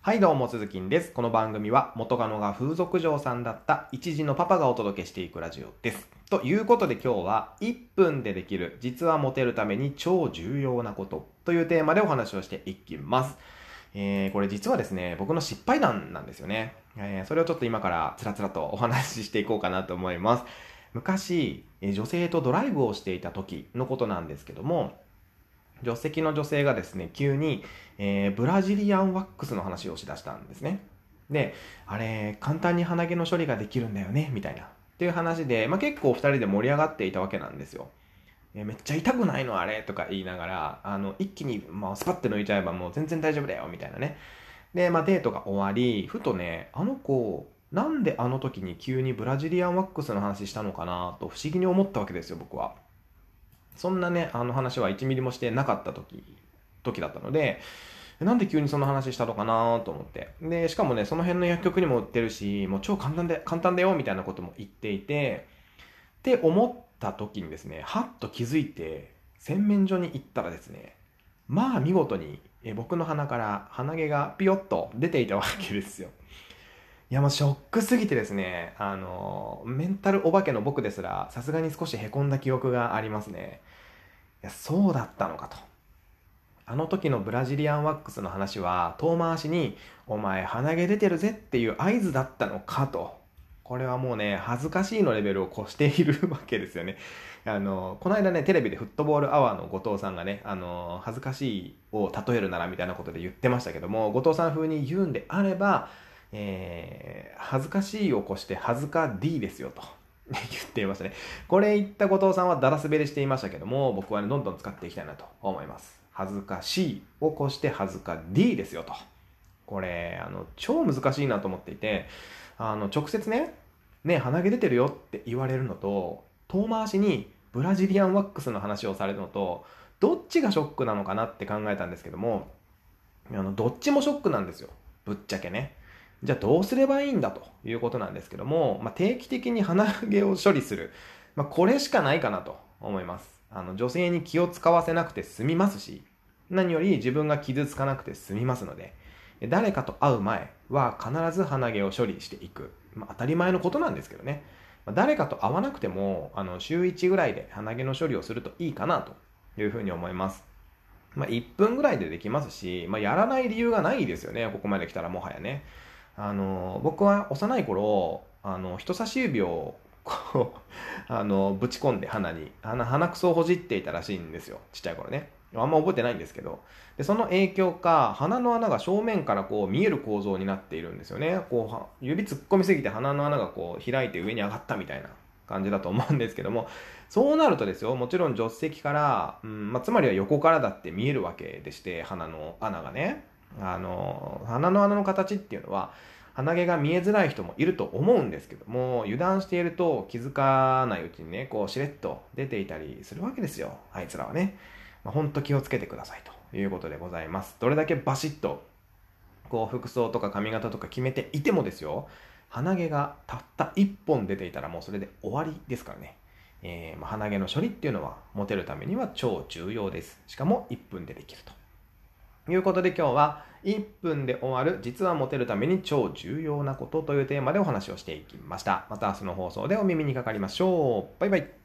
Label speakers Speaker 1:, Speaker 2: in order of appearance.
Speaker 1: はいどうも、鈴木です。この番組は元カノが風俗嬢さんだった一児のパパがお届けしていくラジオです。ということで今日は1分でできる実はモテるために超重要なことというテーマでお話をしていきます。これ実はですね、僕の失敗談なんですよね。それをちょっと今からつらつらとお話ししていこうかなと思います。昔、女性とドライブをしていた時のことなんですけども、助手席の女性がですね、急に、ブラジリアンワックスの話をしだしたんですね。で、あれ、簡単に鼻毛の処理ができるんだよね、みたいな。っていう話で、結構二人で盛り上がっていたわけなんですよ。めっちゃ痛くないのあれとか言いながら、一気に、スパッて抜いちゃえばもう全然大丈夫だよ、みたいなね。で、デートが終わり、ふとね、あの子、なんであの時に急にブラジリアンワックスの話したのかなと不思議に思ったわけですよ、僕は。そんなね、話は1ミリもしてなかった時だったので、なんで急にその話したのかなと思って。で、しかもね、その辺の薬局にも売ってるし、もう超簡単だよみたいなことも言っていて、って思った時にですね、はっと気づいて、洗面所に行ったらですね、見事に僕の鼻から鼻毛がピヨッと出ていたわけですよ。いやもうショックすぎてですね、メンタルお化けの僕ですら、さすがに少し凹んだ記憶がありますね。いや、そうだったのかと。あの時のブラジリアンワックスの話は遠回しにお前鼻毛出てるぜっていう合図だったのかと。これはもうね、恥ずかしいのレベルを越しているわけですよね。この間ね、テレビでフットボールアワーの後藤さんがね、恥ずかしいを例えるならみたいなことで言ってましたけども、後藤さん風に言うんであれば、恥ずかしいを越して恥ずか D ですよと言っていましたね。これ言った後藤さんはダラスベレしていましたけども、僕はね、どんどん使っていきたいなと思います。恥ずかしいを越して恥ずか D ですよと。これ、超難しいなと思っていて、直接ね、鼻毛出てるよって言われるのと、遠回しにブラジリアンワックスの話をされるのと、どっちがショックなのかなって考えたんですけども、どっちもショックなんですよ。ぶっちゃけね。じゃあどうすればいいんだということなんですけども、定期的に鼻毛を処理する。これしかないかなと思います。女性に気を使わせなくて済みますし、何より自分が傷つかなくて済みますので、誰かと会う前は必ず鼻毛を処理していく。当たり前のことなんですけどね。誰かと会わなくても、週1ぐらいで鼻毛の処理をするといいかなというふうに思います。1分ぐらいでできますし、やらない理由がないですよね。ここまで来たらもはやね。僕は幼い頃、人差し指をこう、ぶち込んで鼻くそをほじっていたらしいんですよ。ちっちゃい頃ね。あんま覚えてないんですけど。で、その影響か、鼻の穴が正面からこう見える構造になっているんですよね。こう、指突っ込みすぎて鼻の穴がこう開いて上に上がったみたいな感じだと思うんですけども、そうなるとですよ、もちろん助手席から、つまりは横からだって見えるわけでして、鼻の穴がね。鼻の穴の形っていうのは、鼻毛が見えづらい人もいると思うんですけども、油断していると気づかないうちにね、こうしれっと出ていたりするわけですよ。あいつらはね。ほんと気をつけてくださいということでございます。どれだけバシッと、こう服装とか髪型とか決めていてもですよ、鼻毛がたった1本出ていたらもうそれで終わりですからね。鼻毛の処理っていうのはモテるためには超重要です。しかも1分でできると。ということで今日は1分で終わる実はモテるために超重要なことというテーマでお話をしていきました。また明日の放送でお耳にかかりましょう。バイバイ。